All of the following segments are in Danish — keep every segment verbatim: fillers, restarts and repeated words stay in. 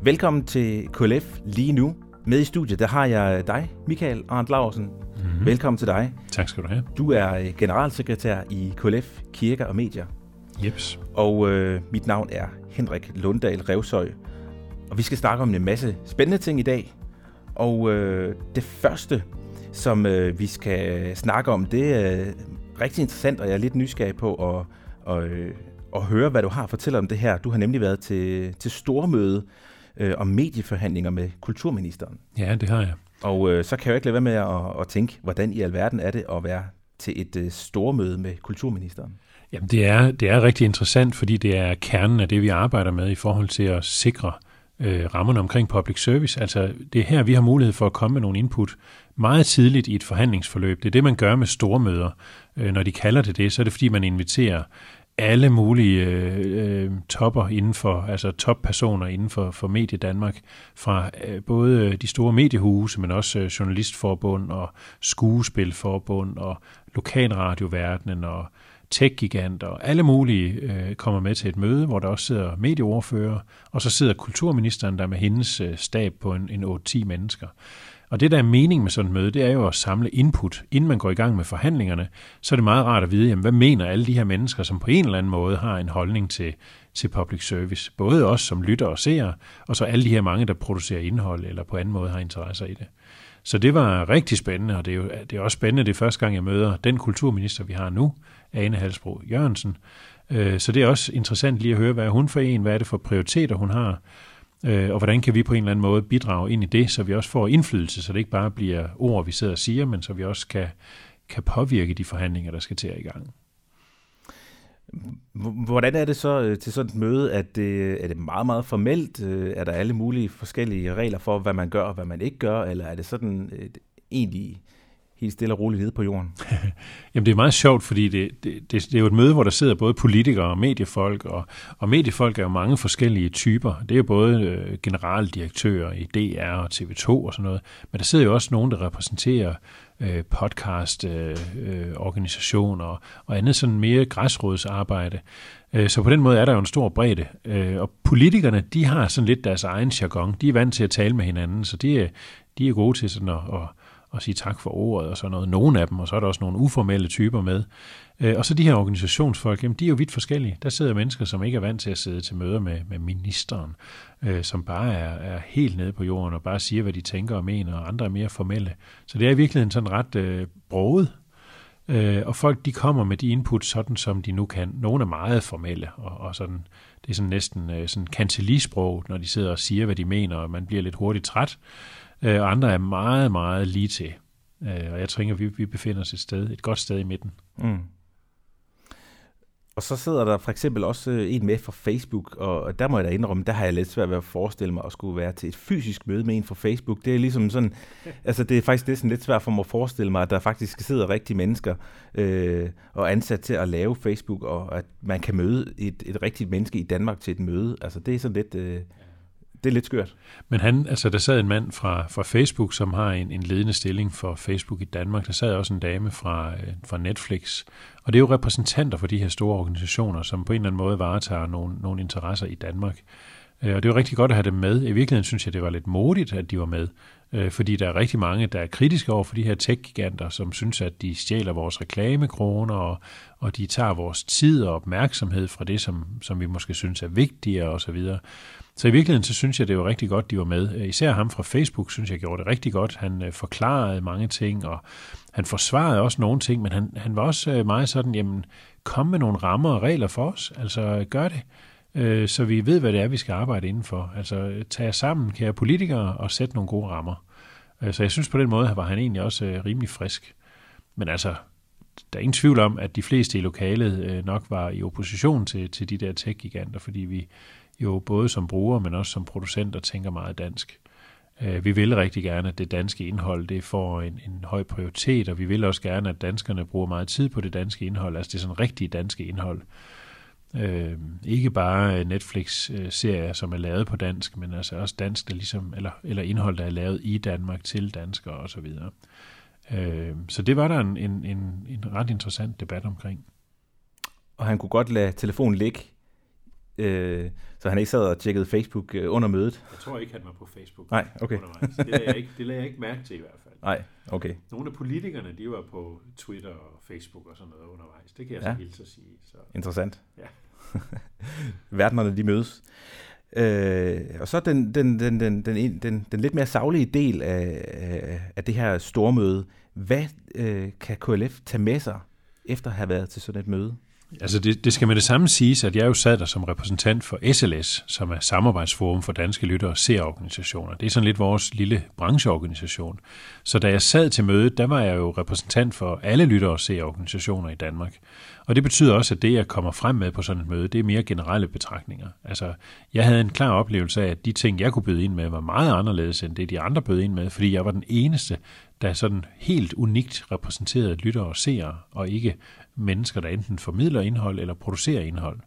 Velkommen til K L F lige nu. Med i studiet, der har jeg dig, Michael Arndt Laursen. Mm-hmm. Velkommen til dig. Tak skal du have. Du er generalsekretær i K L F Kirker og Medier. Jeps. Og øh, mit navn er Henrik Lundahl Revsøj. Og vi skal snakke om en masse spændende ting i dag. Og øh, det første, som øh, vi skal snakke om, det er rigtig interessant, og jeg er lidt nysgerrig på at, og, øh, at høre, hvad du har at fortælle om det her. Du har nemlig været til, til stormøde øh, om medieforhandlinger med kulturministeren. Ja, det har jeg. Og øh, så kan jeg jo ikke lade være med at, at tænke, hvordan i alverden er det at være til et øh, stormøde med kulturministeren? Jamen, det er, det er rigtig interessant, fordi det er kernen af det, vi arbejder med i forhold til at sikre øh, rammerne omkring public service. Altså, det er her, vi har mulighed for at komme med nogle input meget tidligt i et forhandlingsforløb. Det er det, man gør med stormøder. Øh, når de kalder det det, så er det, fordi man inviterer alle mulige øh, topper inden for, altså toppersoner inden for, for Medie Danmark, fra øh, både de store mediehuse, men også øh, journalistforbund og skuespilforbund og lokalradioverdenen og tech-giganter og alle mulige øh, kommer med til et møde, hvor der også sidder medieordfører, og så sidder kulturministeren der med hendes øh, stab på en, en otte ti mennesker. Og det, der er mening med sådan et møde, det er jo at samle input. Inden man går i gang med forhandlingerne, så er det meget rart at vide, jamen, hvad mener alle de her mennesker, som på en eller anden måde har en holdning til, til public service. Både os som lytter og seere, og så alle de her mange, der producerer indhold eller på anden måde har interesser i det. Så det var rigtig spændende, og det er jo det er også spændende, det er første gang, jeg møder den kulturminister, vi har nu, Ane Halsbro Jørgensen. Så det er også interessant lige at høre, hvad er hun for en, hvad er det for prioriteter, hun har, og hvordan kan vi på en eller anden måde bidrage ind i det, så vi også får indflydelse, så det ikke bare bliver ord, vi sidder og siger, men så vi også kan, kan påvirke de forhandlinger, der skal til at i gang. Hvordan er det så til sådan et møde? Er det, er det meget, meget formelt? Er der alle mulige forskellige regler for, hvad man gør og hvad man ikke gør? Eller er det sådan et, egentlig helt stille og roligt nede på jorden? Jamen det er meget sjovt, fordi det, det, det, det er jo et møde, hvor der sidder både politikere og mediefolk, og, og mediefolk er jo mange forskellige typer. Det er jo både øh, generaldirektører i D R og T V to og sådan noget, men der sidder jo også nogen, der repræsenterer øh, podcast, øh, øh, organisationer og, og andet sådan mere græsrodsarbejde. Øh, så på den måde er der jo en stor bredde. Øh, og politikerne, de har sådan lidt deres egen jargon. De er vant til at tale med hinanden, så de er, de er gode til sådan at, at og sige tak for ordet og sådan noget. Nogle af dem, og så er der også nogle uformelle typer med. Og så de her organisationsfolk, jamen, de er jo vidt forskellige. Der sidder mennesker, som ikke er vant til at sidde til møder med, med ministeren, øh, som bare er, er helt nede på jorden og bare siger, hvad de tænker og mener, og andre er mere formelle. Så det er i virkeligheden sådan ret øh, broget. Øh, og folk, de kommer med de input, sådan som de nu kan. Nogle er meget formelle, og, og sådan, det er sådan næsten øh, sådan kancellisprog, når de sidder og siger, hvad de mener, og man bliver lidt hurtigt træt. Og andre er meget, meget lige til. Og jeg tænker, at vi, vi befinder os et sted, et godt sted i midten. Mm. Og så sidder der for eksempel også en med fra Facebook, og der må jeg da indrømme, der har jeg lidt svært ved at forestille mig at skulle være til et fysisk møde med en fra Facebook. Det er ligesom sådan, altså det er faktisk det er sådan lidt svært for mig at forestille mig, at der faktisk sidder rigtige mennesker øh, og ansat til at lave Facebook, og at man kan møde et, et rigtigt menneske i Danmark til et møde. Altså det er sådan lidt... Øh, Det er lidt skørt. Men han, altså der sad en mand fra, fra Facebook, som har en, en ledende stilling for Facebook i Danmark. Der sad også en dame fra, fra Netflix. Og det er jo repræsentanter for de her store organisationer, som på en eller anden måde varetager nogle, nogle interesser i Danmark. Og det er jo rigtig godt at have dem med. I virkeligheden synes jeg, det var lidt modigt, at de var med. Fordi der er rigtig mange, der er kritiske over for de her tech-giganter, som synes, at de stjæler vores reklamekroner, og, og de tager vores tid og opmærksomhed fra det, som, som vi måske synes er vigtigere osv. Så i virkeligheden, så synes jeg, det var rigtig godt, de var med. Især ham fra Facebook, synes jeg, gjorde det rigtig godt. Han øh, forklarede mange ting, og han forsvarede også nogle ting, men han, han var også øh, meget sådan, jamen, kom med nogle rammer og regler for os. Altså, gør det, øh, så vi ved, hvad det er, vi skal arbejde indenfor. Altså, tag os sammen, kære politikere, og sæt nogle gode rammer. Øh, så jeg synes, på den måde var han egentlig også øh, rimelig frisk. Men altså, der er ingen tvivl om, at de fleste i lokalet øh, nok var i opposition til, til de der tech-giganter, fordi vi jo både som brugere, men også som producenter tænker meget dansk. Vi vil rigtig gerne, at det danske indhold det får en, en høj prioritet, og vi vil også gerne, at danskerne bruger meget tid på det danske indhold, altså det er sådan rigtigt danske indhold. Øh, ikke bare Netflix-serier, som er lavet på dansk, men altså også dansk, der ligesom, eller, eller indhold, der er lavet i Danmark til danskere osv. Øh, så det var der en, en, en, en ret interessant debat omkring. Og han kunne godt lade telefonen ligge Øh, så han ikke sad og tjekkede Facebook øh, under mødet? Jeg tror ikke, han var på Facebook. Nej, okay. Det lagde jeg ikke, det lagde jeg ikke mærke til i hvert fald. Nej, okay. Nogle af politikerne, de var på Twitter og Facebook og sådan noget undervejs. Det kan jeg ja. så hilse at sige. Så. Interessant. Ja. Verdenerne, de mødes. Øh, og så den, den, den, den, den, den, den lidt mere saglige del af, af det her stormøde. Hvad øh, kan K L F tage med sig efter at have været til sådan et møde? Altså det, det skal med det samme siges, at jeg jo sad der som repræsentant for S L S, som er Samarbejdsforum for Danske Lytter- og Seerorganisationer. Det er sådan lidt vores lille brancheorganisation. Så da jeg sad til mødet, der var jeg jo repræsentant for alle lytter- og seerorganisationer i Danmark. Og det betyder også, at det, jeg kommer frem med på sådan et møde, det er mere generelle betragtninger. Altså, jeg havde en klar oplevelse af, at de ting, jeg kunne byde ind med, var meget anderledes end det, de andre bød ind med, fordi jeg var den eneste, der sådan helt unikt repræsenterede lyttere og seere, og ikke mennesker, der enten formidler indhold eller producerer indhold.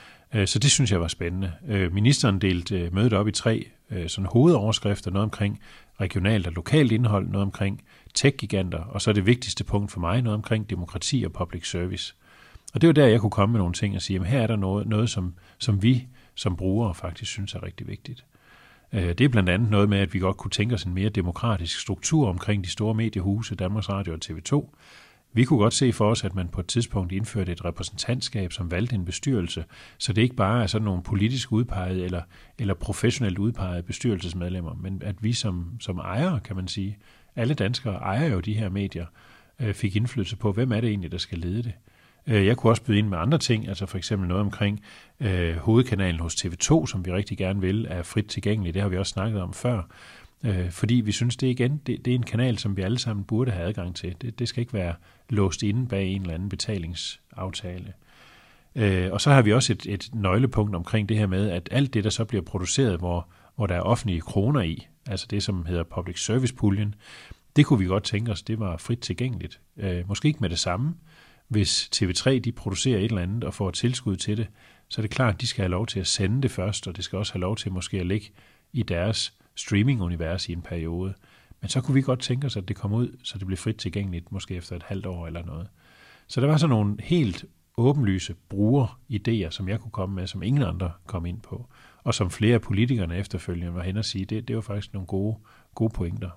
Så det synes jeg var spændende. Ministeren delte mødet op i tre sådan hovedoverskrifter, noget omkring regionalt og lokalt indhold, noget omkring tech-giganter, og så det vigtigste punkt for mig, noget omkring demokrati og public service. Og det var der, jeg kunne komme med nogle ting og sige, at her er der noget, noget som, som vi som brugere faktisk synes er rigtig vigtigt. Det er blandt andet noget med, at vi godt kunne tænke os en mere demokratisk struktur omkring de store mediehuse, Danmarks Radio og T V to. Vi kunne godt se for os, at man på et tidspunkt indførte et repræsentantskab, som valgte en bestyrelse, så det ikke bare er sådan nogle politisk udpegede eller, eller professionelt udpegede bestyrelsesmedlemmer, men at vi som, som ejere, kan man sige, alle danskere ejer jo de her medier, fik indflydelse på, hvem er det egentlig, der skal lede det. Jeg kunne også byde ind med andre ting, altså for eksempel noget omkring øh, hovedkanalen hos T V to, som vi rigtig gerne vil, er frit tilgængelig. Det har vi også snakket om før, øh, fordi vi synes, det igen det, det er en kanal, som vi alle sammen burde have adgang til. Det, det skal ikke være låst inde bag en eller anden betalingsaftale. Øh, og så har vi også et, et nøglepunkt omkring det her med, at alt det, der så bliver produceret, hvor, hvor der er offentlige kroner i, altså det, som hedder public service-puljen, det kunne vi godt tænke os, det var frit tilgængeligt. Øh, måske ikke med det samme. Hvis T V tre de producerer et eller andet og får et tilskud til det, så er det klart, at de skal have lov til at sende det først, og det skal også have lov til måske at ligge i deres streaming-univers i en periode. Men så kunne vi godt tænke os, at det kom ud, så det blev frit tilgængeligt, måske efter et halvt år eller noget. Så der var sådan nogle helt åbenlyse brugeridéer, som jeg kunne komme med, som ingen andre kom ind på, og som flere af politikerne efterfølgende var hen og sige, det, det var faktisk nogle gode, gode pointer.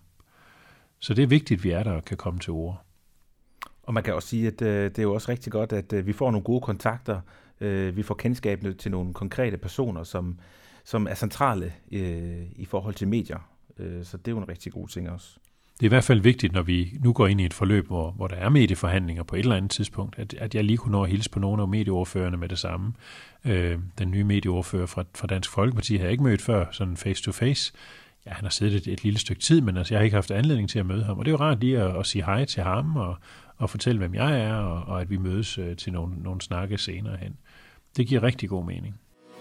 Så det er vigtigt, at vi er der og kan komme til ord. Og man kan også sige, at øh, det er jo også rigtig godt, at øh, vi får nogle gode kontakter. Øh, vi får kendskab til nogle konkrete personer, som, som er centrale øh, i forhold til medier. Øh, så det er jo en rigtig god ting også. Det er i hvert fald vigtigt, når vi nu går ind i et forløb, hvor, hvor der er medieforhandlinger på et eller andet tidspunkt, at, at jeg lige kunne nå at hilse på nogle af medieordførerne med det samme. Øh, den nye medieordfører fra, fra Dansk Folkeparti har jeg ikke mødt før, sådan face to face. Ja, han har siddet et, et lille stykke tid, men altså, jeg har ikke haft anledning til at møde ham. Og det er jo rart lige at, at sige hej til ham og, og fortælle, hvem jeg er, og, og at vi mødes øh, til nogle, nogle snakke senere hen. Det giver rigtig god mening.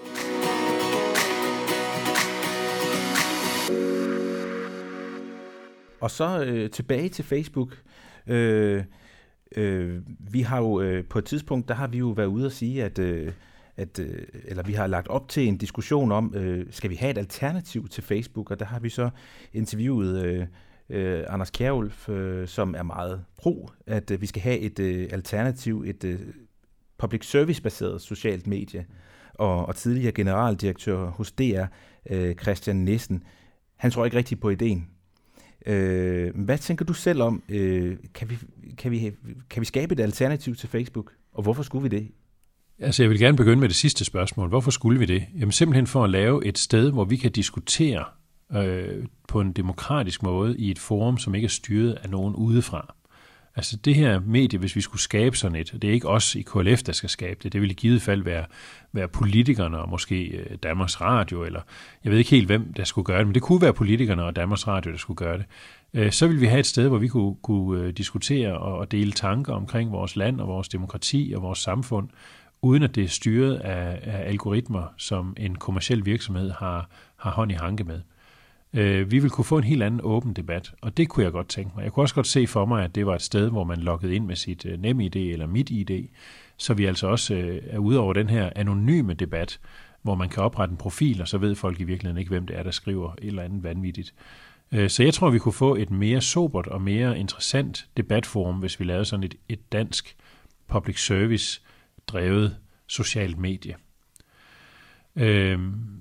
Og så øh, tilbage til Facebook. Øh, øh, vi har jo øh, på et tidspunkt, der har vi jo været ude at sige, at, øh, at øh, eller vi har lagt op til en diskussion om, øh, skal vi have et alternativ til Facebook? Og der har vi så interviewet øh, øh, Anders Kjærulf, øh, som er meget pro, at øh, vi skal have et øh, alternativ, et øh, public service-baseret socialt medie. Og, og tidligere generaldirektør hos D R, øh, Christian Nissen, han tror ikke rigtig på ideen. Øh, hvad tænker du selv om, øh, kan, vi, kan, vi, kan vi skabe et alternativ til Facebook, og hvorfor skulle vi det? Altså jeg vil gerne begynde med det sidste spørgsmål. Hvorfor skulle vi det? Jamen simpelthen for at lave et sted, hvor vi kan diskutere øh, på en demokratisk måde i et forum, som ikke er styret af nogen udefra. Altså det her medie, hvis vi skulle skabe sådan et, det er ikke os i K L F, der skal skabe det, det vil i givet fald være, være politikerne og måske Danmarks Radio, eller jeg ved ikke helt, hvem der skulle gøre det, men det kunne være politikerne og Danmarks Radio, der skulle gøre det. Så ville vi have et sted, hvor vi kunne, kunne diskutere og dele tanker omkring vores land og vores demokrati og vores samfund, uden at det er styret af, af algoritmer, som en kommerciel virksomhed har, har hånd i hanke med. Vi vil kunne få en helt anden åben debat, og det kunne jeg godt tænke mig. Jeg kunne også godt se for mig, at det var et sted, hvor man loggede ind med sit NemID eller MitID, så vi altså også er ude over den her anonyme debat, hvor man kan oprette en profil, og så ved folk i virkeligheden ikke, hvem det er, der skriver et eller andet vanvittigt. Så jeg tror, vi kunne få et mere sobert og mere interessant debatforum, hvis vi lavede sådan et, et dansk public service drevet socialt medie. Øh,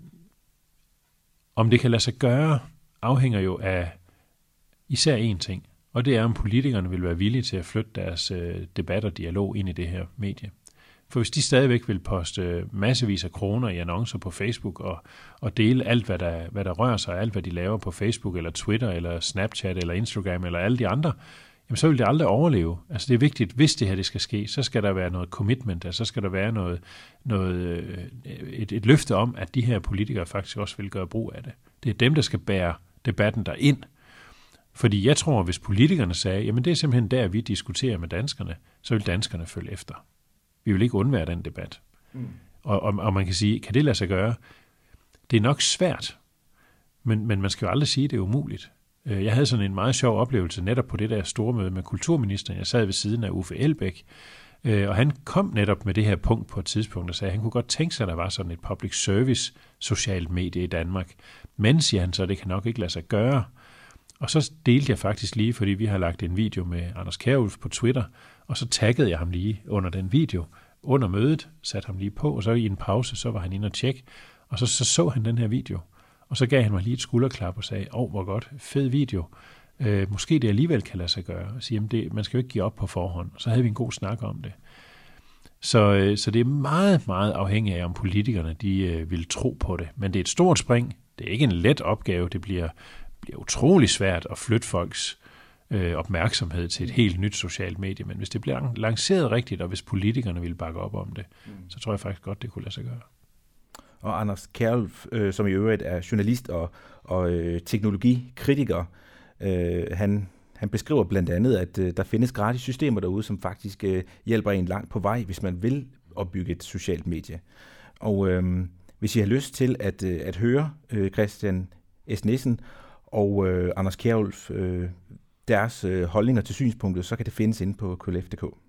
om det kan lade sig gøre, afhænger jo af især én ting, og det er, om politikerne vil være villige til at flytte deres øh, debat og dialog ind i det her medie. For hvis de stadigvæk vil poste massevis af kroner i annoncer på Facebook og, og dele alt, hvad der, hvad der rører sig, alt hvad de laver på Facebook eller Twitter eller Snapchat eller Instagram eller alle de andre, jamen så vil det aldrig overleve. Altså det er vigtigt, hvis det her det skal ske, så skal der være noget commitment, altså så skal der være noget, noget, et, et løfte om, at de her politikere faktisk også vil gøre brug af det. Det er dem, der skal bære debatten derind. Fordi jeg tror, hvis politikerne sagde, jamen det er simpelthen der, vi diskuterer med danskerne, så vil danskerne følge efter. Vi vil ikke undvære den debat. Mm. Og, og, og man kan sige, kan det lade sig gøre? Det er nok svært, men, men man skal jo aldrig sige, at det er umuligt. Jeg havde sådan en meget sjov oplevelse netop på det der store møde med kulturministeren. Jeg sad ved siden af Uffe Elbæk, og han kom netop med det her punkt på et tidspunkt og sagde, at han kunne godt tænke sig, at der var sådan et public service socialt medie i Danmark. Men, siger han så, det kan nok ikke lade sig gøre. Og så delte jeg faktisk lige, fordi vi har lagt en video med Anders Kjærulf på Twitter, og så taggede jeg ham lige under den video, under mødet, satte ham lige på, og så i en pause, så var han inde og tjekke, og så, så så han den her video. Og så gav han mig lige et skulderklap og sagde, åh, oh, hvor godt, fed video. Øh, måske det alligevel kan lade sig gøre. Og sige, jamen det, man skal jo ikke give op på forhånd. Og så havde vi en god snak om det. Så, øh, så det er meget, meget afhængigt af, om politikerne de, øh, vil tro på det. Men det er et stort spring. Det er ikke en let opgave. Det bliver, bliver utrolig svært at flytte folks øh, opmærksomhed til et helt nyt socialt medie. Men hvis det bliver lanceret rigtigt, og hvis politikerne vil bakke op om det, mm. så tror jeg faktisk godt, det kunne lade sig gøre. Og Anders Kjærulf, øh, som i øvrigt er journalist og, og øh, teknologikritiker, øh, han, han beskriver blandt andet, at øh, der findes gratis systemer derude, som faktisk øh, hjælper en langt på vej, hvis man vil opbygge et socialt medie. Og øh, hvis I har lyst til at, øh, at høre øh, Christian S. Nissen og øh, Anders Kjærulf, øh, deres øh, holdninger til synspunktet, så kan det findes inde på K L F punktum d k.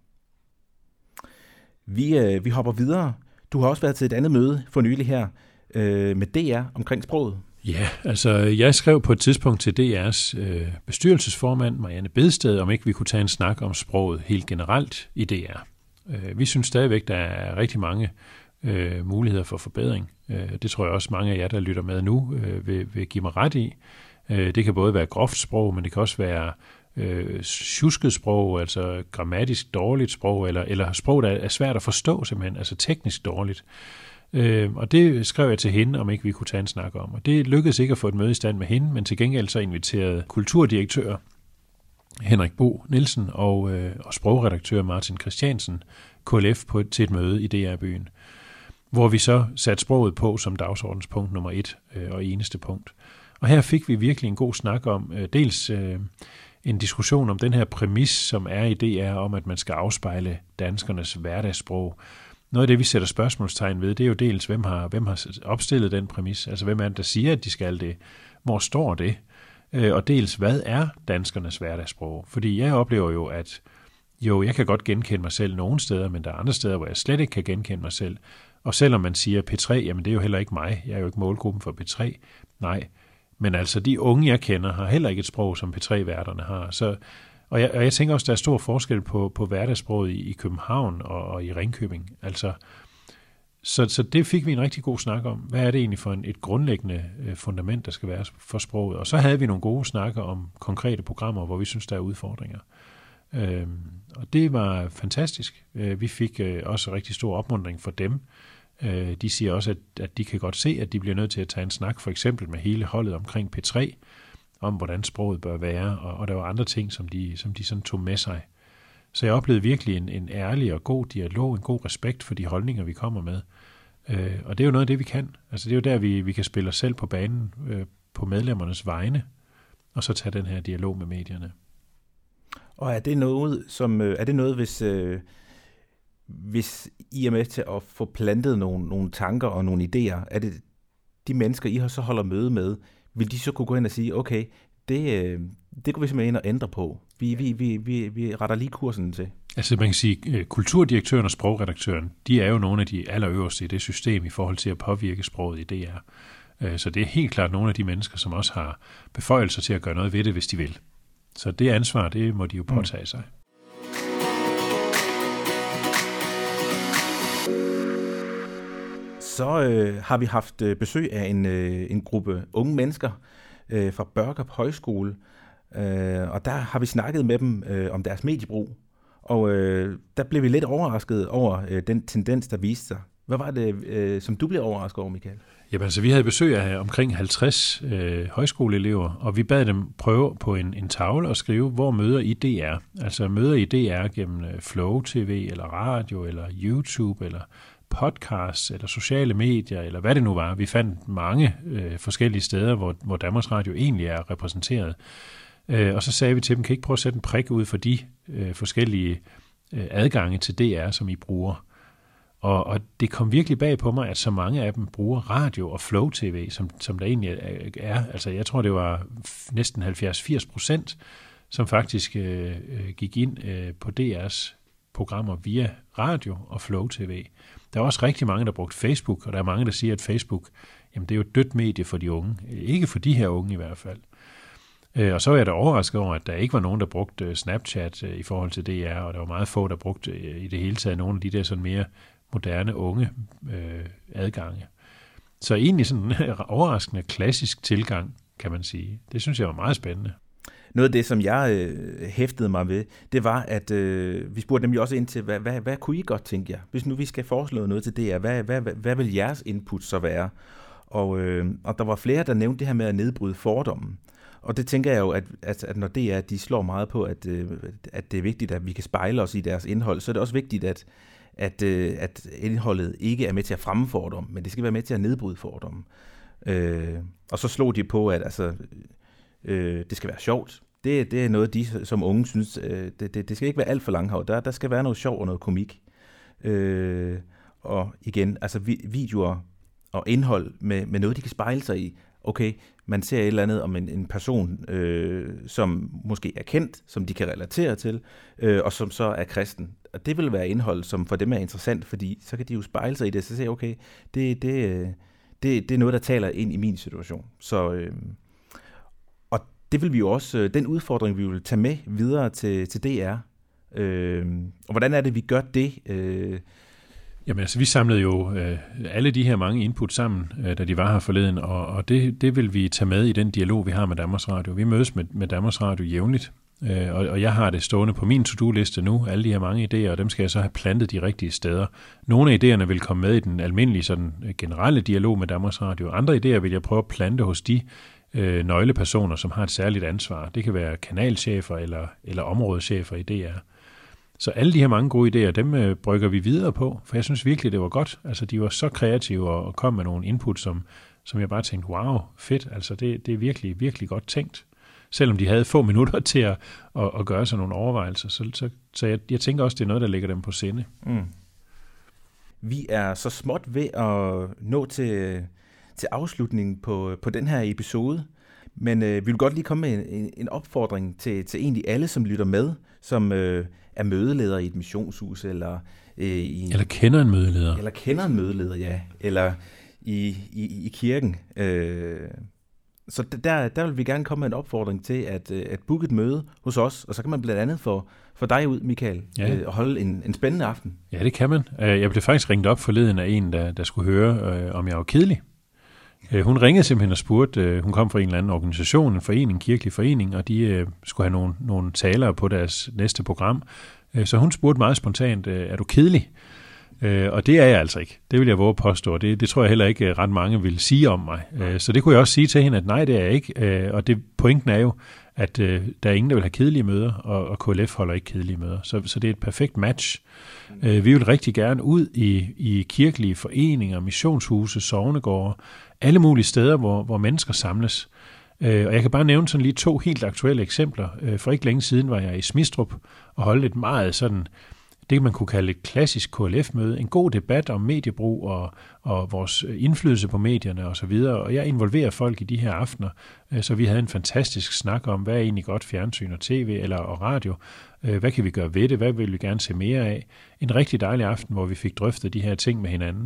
Vi, øh, vi hopper videre. Du har også været til et andet møde for nylig her øh, med D R omkring sproget. Ja, altså jeg skrev på et tidspunkt til D R's øh, bestyrelsesformand, Marianne Bedsted, om ikke vi kunne tage en snak om sproget helt generelt i D R. Øh, vi synes stadigvæk, der er rigtig mange øh, muligheder for forbedring. Øh, det tror jeg også mange af jer, der lytter med nu, øh, vil, vil give mig ret i. Øh, det kan både være groft sprog, men det kan også være øh, sjusket sprog, altså grammatisk dårligt sprog, eller, eller sprog, der er svært at forstå simpelthen, altså teknisk dårligt. Øh, og det skrev jeg til hende, om ikke vi kunne tage en snak om. Og det lykkedes ikke at få et møde i stand med hende, men til gengæld så inviterede kulturdirektør Henrik Bo Nielsen og, øh, og sprogredaktør Martin Christiansen K L F på, til et møde i D R-byen, hvor vi så satte sproget på som dagsordenspunkt nummer et øh, og eneste punkt. Og her fik vi virkelig en god snak om øh, dels øh, en diskussion om den her præmis, som er i D R, om at man skal afspejle danskernes hverdagssprog. Noget af det, vi sætter spørgsmålstegn ved, det er jo dels, hvem har, hvem har opstillet den præmis, altså hvem er det, der siger, at de skal det, hvor står det, øh, og dels, hvad er danskernes hverdagssprog? Fordi jeg oplever jo, at jo, jeg kan godt genkende mig selv nogle steder, men der er andre steder, hvor jeg slet ikke kan genkende mig selv. Og selvom man siger P tre, jamen det er jo heller ikke mig, jeg er jo ikke målgruppen for P tre, nej. Men altså, de unge, jeg kender, har heller ikke et sprog, som P tre-værterne har. Så, og, jeg, og jeg tænker også, der er stor forskel på, på hverdagssproget i, i København og, og i Ringkøbing. Altså, så, så det fik vi en rigtig god snak om. Hvad er det egentlig for en, et grundlæggende fundament, der skal være for sproget? Og så havde vi nogle gode snakker om konkrete programmer, hvor vi synes, der er udfordringer. Øhm, og det var fantastisk. Vi fik øh, også rigtig stor opmuntring for dem. De siger også, at, at de kan godt se, at de bliver nødt til at tage en snak, for eksempel med hele holdet omkring P tre, om hvordan sproget bør være, og, og der var andre ting, som de, som de sådan tog med sig. Så jeg oplevede virkelig en, en ærlig og god dialog, en god respekt for de holdninger, vi kommer med. Øh, og det er jo noget af det, vi kan. Altså det er jo der, vi, vi kan spille os selv på banen, øh, på medlemmernes vegne, og så tage den her dialog med medierne. Og er det noget, som, er det noget hvis... Øh Hvis I er med til at få plantet nogle, nogle tanker og nogle idéer, er det de mennesker, I har så holder møde med, vil de så kunne gå ind og sige, okay, det, det kunne vi simpelthen ind og ændre på. Vi, vi, vi, vi, vi retter lige kursen til. Altså man kan sige, kulturdirektøren og sprogredaktøren, de er jo nogle af de allerøverste i det system i forhold til at påvirke sproget i D R. Så det er helt klart nogle af de mennesker, som også har beføjelser til at gøre noget ved det, hvis de vil. Så det ansvar, det må de jo påtage sig. så øh, har vi haft øh, besøg af en, øh, en gruppe unge mennesker øh, fra Børkop Højskole, øh, og der har vi snakket med dem øh, om deres mediebrug, og øh, der blev vi lidt overrasket over øh, den tendens, der viste sig. Hvad var det, øh, som du blev overrasket over, Michael? Jamen altså, vi havde besøg af omkring halvtreds øh, højskoleelever, og vi bad dem prøve på en, en tavle at skrive, hvor møder I D R? Altså møder I D R gennem øh, Flow T V, eller radio, eller YouTube, eller podcasts, eller sociale medier, eller hvad det nu var. Vi fandt mange øh, forskellige steder, hvor, hvor Danmarks Radio egentlig er repræsenteret. Øh, og så sagde vi til dem, kan I ikke prøve at sætte en prik ud for de øh, forskellige øh, adgange til D R, som I bruger? Og, og det kom virkelig bag på mig, at så mange af dem bruger radio og Flow T V, som, som der egentlig er. Altså jeg tror, det var næsten halvfjerds til firs procent, som faktisk øh, gik ind øh, på D R's programmer via radio og Flow T V. Der er også rigtig mange, der brugte Facebook, og der er mange, der siger, at Facebook, jamen det er jo et dødt medie for de unge. Ikke for de her unge i hvert fald. Øh, og så var jeg da overrasket over, at der ikke var nogen, der brugte Snapchat øh, i forhold til D R, og der var meget få, der brugte øh, i det hele taget nogle af de der sådan mere moderne unge øh, adgange. Så egentlig sådan en overraskende klassisk tilgang, kan man sige. Det synes jeg var meget spændende. Noget af det, som jeg øh, hæftede mig ved, det var, at øh, vi spurgte nemlig også ind til, hvad, hvad, hvad kunne I godt tænke jer? Hvis nu vi skal foreslå noget til D R, hvad, hvad, hvad, hvad vil jeres input så være? Og, øh, og der var flere, der nævnte det her med at nedbryde fordommen. Og det tænker jeg jo, at, at, at når D R de slår meget på, at, øh, at det er vigtigt, at vi kan spejle os i deres indhold, så er det også vigtigt, at At, øh, at indholdet ikke er med til at fremme fordom, men det skal være med til at nedbryde fordom. Øh, og så slog de på, at altså, øh, det skal være sjovt. Det, det er noget, de som unge synes, øh, det, det, det skal ikke være alt for langhavt. Der, der skal være noget sjov og noget komik. Øh, og igen, altså vi, videoer og indhold med, med noget, de kan spejle sig i. Okay, man ser et eller andet om en, en person, øh, som måske er kendt, som de kan relatere til, øh, og som så er kristen. Og det vil være indhold, som for dem er interessant, fordi så kan de jo spejle sig i det, så siger okay, det, det, det, det er noget, der taler ind i min situation. Så, øh, og det vil vi jo også, den udfordring, vi vil tage med videre til, til D R. Øh, og hvordan er det, vi gør det? Øh, Jamen altså, vi samlede jo øh, alle de her mange input sammen, øh, da de var her forleden, og, og det, det vil vi tage med i den dialog, vi har med Danmarks Radio. Vi mødes med, med Danmarks Radio jævnligt, øh, og, og jeg har det stående på min to-do-liste nu, alle de her mange idéer, og dem skal jeg så have plantet de rigtige steder. Nogle af idéerne vil komme med i den almindelige sådan, generelle dialog med Danmarks Radio. Andre idéer vil jeg prøve at plante hos de øh, nøglepersoner, som har et særligt ansvar. Det kan være kanalchefer eller, eller områdechefer i D R. Så alle de her mange gode idéer, dem øh, brygger vi videre på, for jeg synes virkelig, det var godt. Altså, de var så kreative og, og kom med nogle input, som, som jeg bare tænkte, wow, fedt. Altså, det, det er virkelig, virkelig godt tænkt. Selvom de havde få minutter til at, at, at gøre sig nogle overvejelser. Så, så, så jeg, jeg tænker også, det er noget, der ligger dem på sinde. Mm. Vi er så småt ved at nå til, til afslutningen på, på den her episode. Men øh, vi vil godt lige komme med en, en opfordring til, til egentlig alle, som lytter med, som øh, er mødeleder i et missionshus, eller øh, i, eller kender en mødeleder. Eller kender en mødeleder, ja. Eller i, i, i kirken. Øh, så der, der vil vi gerne komme med en opfordring til at, at booke et møde hos os, og så kan man blandt andet få, få dig ud, Michael, ja. øh, og holde en, en spændende aften. Ja, det kan man. Jeg blev faktisk ringet op forleden af en, der, der skulle høre, øh, om jeg var kedelig. Hun ringede simpelthen og spurgte, hun kom fra en eller anden organisation, en forening, en kirkelig forening, og de øh, skulle have nogle, nogle talere på deres næste program. Så hun spurgte meget spontant, er du kedelig? Og det er jeg altså ikke. Det vil jeg våge at påstå. Det, det tror jeg heller ikke ret mange vil sige om mig. Så det kunne jeg også sige til hende, at nej, det er jeg ikke. Og det, pointen er jo, at der er ingen, der vil have kedelige møder, og, og K L F holder ikke kedelige møder. Så, så det er et perfekt match. Vi vil rigtig gerne ud i, i kirkelige foreninger, missionshuse, sognegårde, alle mulige steder, hvor, hvor mennesker samles. Og jeg kan bare nævne sådan lige to helt aktuelle eksempler. For ikke længe siden var jeg i Smistrup og holdt et meget sådan, det man kunne kalde et klassisk K L F-møde. En god debat om mediebrug og, og vores indflydelse på medierne osv. Og jeg involverer folk i de her aftener, så vi havde en fantastisk snak om, hvad er egentlig godt fjernsyn og tv eller og radio. Hvad kan vi gøre ved det? Hvad vil vi gerne se mere af? En rigtig dejlig aften, hvor vi fik drøftet de her ting med hinanden.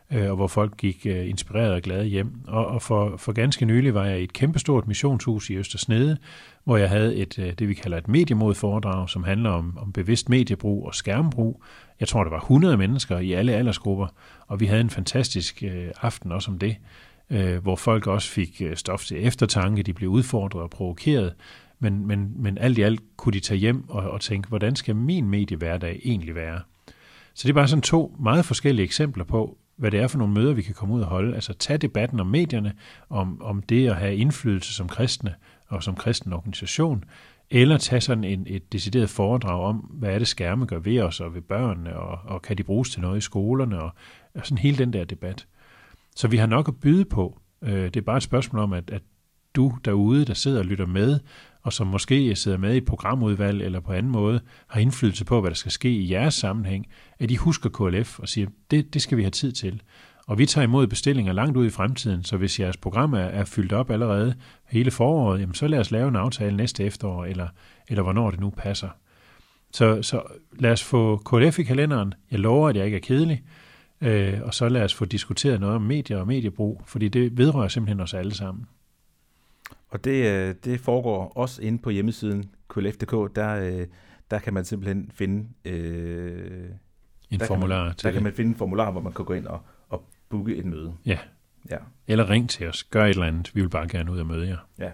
og hvor folk gik inspireret og glade hjem. Og, og for, for ganske nylig var jeg i et kæmpestort missionshus i Øster Snede, hvor jeg havde et, det vi kalder et mediemodforedrag, som handler om, om bevidst mediebrug og skærmbrug. Jeg tror, der var hundrede mennesker i alle aldersgrupper, og vi havde en fantastisk øh, aften også om det, øh, hvor folk også fik stof til eftertanke, de blev udfordret og provokeret, men, men, men alt i alt kunne de tage hjem og, og tænke, hvordan skal min mediehverdag egentlig være? Så det er bare sådan to meget forskellige eksempler på, hvad det er for nogle møder, vi kan komme ud og holde. Altså tage debatten om medierne, om, om det at have indflydelse som kristne og som kristen organisation, eller tage sådan en, et decideret foredrag om, hvad er det skærme gør ved os og ved børnene, og, og kan de bruges til noget i skolerne, og, og sådan hele den der debat. Så vi har nok at byde på. Det er bare et spørgsmål om, at, at du derude, der sidder og lytter med, og som måske sidder med i et programudvalg eller på anden måde, har indflydelse på, hvad der skal ske i jeres sammenhæng, at I husker K L F og siger, det, det skal vi have tid til. Og vi tager imod bestillinger langt ud i fremtiden, så hvis jeres program er, er fyldt op allerede hele foråret, jamen så lad os lave en aftale næste efterår, eller, eller hvornår det nu passer. Så, så lad os få K L F i kalenderen. Jeg lover, at jeg ikke er kedelig. Øh, og så lad os få diskuteret noget om medier og mediebrug, fordi det vedrører simpelthen os alle sammen. Og det, det foregår også inde på hjemmesiden K L F punktum d k. Der, der kan man simpelthen finde øh, en der formular. Kan man, der kan man finde en formular, hvor man kan gå ind og, og booke et møde. Ja. ja. Eller ring til os. Gør et eller andet. Vi vil bare gerne ud og møde jer. Ja.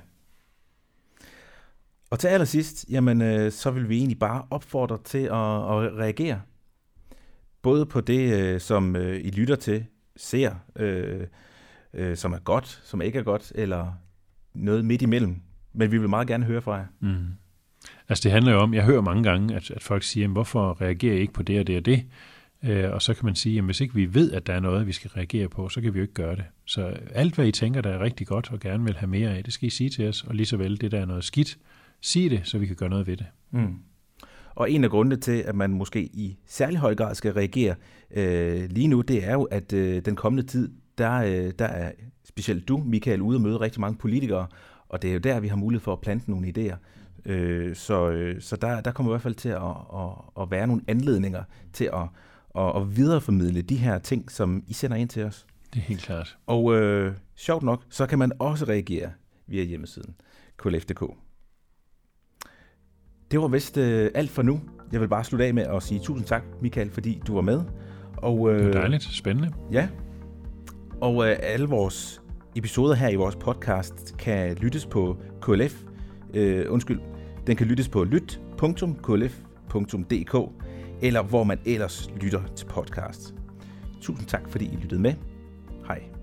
Og til allersidst, jamen, øh, så vil vi egentlig bare opfordre til at, at reagere. Både på det, øh, som øh, I lytter til, ser, øh, øh, som er godt, som ikke er godt, eller noget midt imellem. Men vi vil meget gerne høre fra jer. Mm. Altså det handler jo om, jeg hører mange gange, at, at folk siger, hvorfor reagerer I ikke på det og det og det? Øh, og så kan man sige, at hvis ikke vi ved, at der er noget, vi skal reagere på, så kan vi jo ikke gøre det. Så alt, hvad I tænker, der er rigtig godt og gerne vil have mere af, det skal I sige til os. Og lige så vel, det der er noget skidt, sig det, så vi kan gøre noget ved det. Mm. Og en af grundene til, at man måske i særlig høj grad skal reagere øh, lige nu, det er jo, at øh, den kommende tid, der, øh, der er specielt du, Michael, ude at møde rigtig mange politikere, og det er jo der, vi har mulighed for at plante nogle idéer. Øh, så øh, så der, der kommer i hvert fald til at, at, at være nogle anledninger til at, at, at videreformidle de her ting, som I sender ind til os. Det er helt klart. Og øh, sjovt nok, så kan man også reagere via hjemmesiden K L F punktum d k. Det var vist øh, alt for nu. Jeg vil bare slutte af med at sige tusind tak, Michael, fordi du var med. Og, øh, det var dejligt. Spændende. Ja. Og øh, alle vores episoder her i vores podcast kan lyttes på K L F. Øh, undskyld. Den kan lyttes på lyt punktum k l f punktum d k eller hvor man ellers lytter til podcast. Tusind tak, fordi I lyttede med. Hej.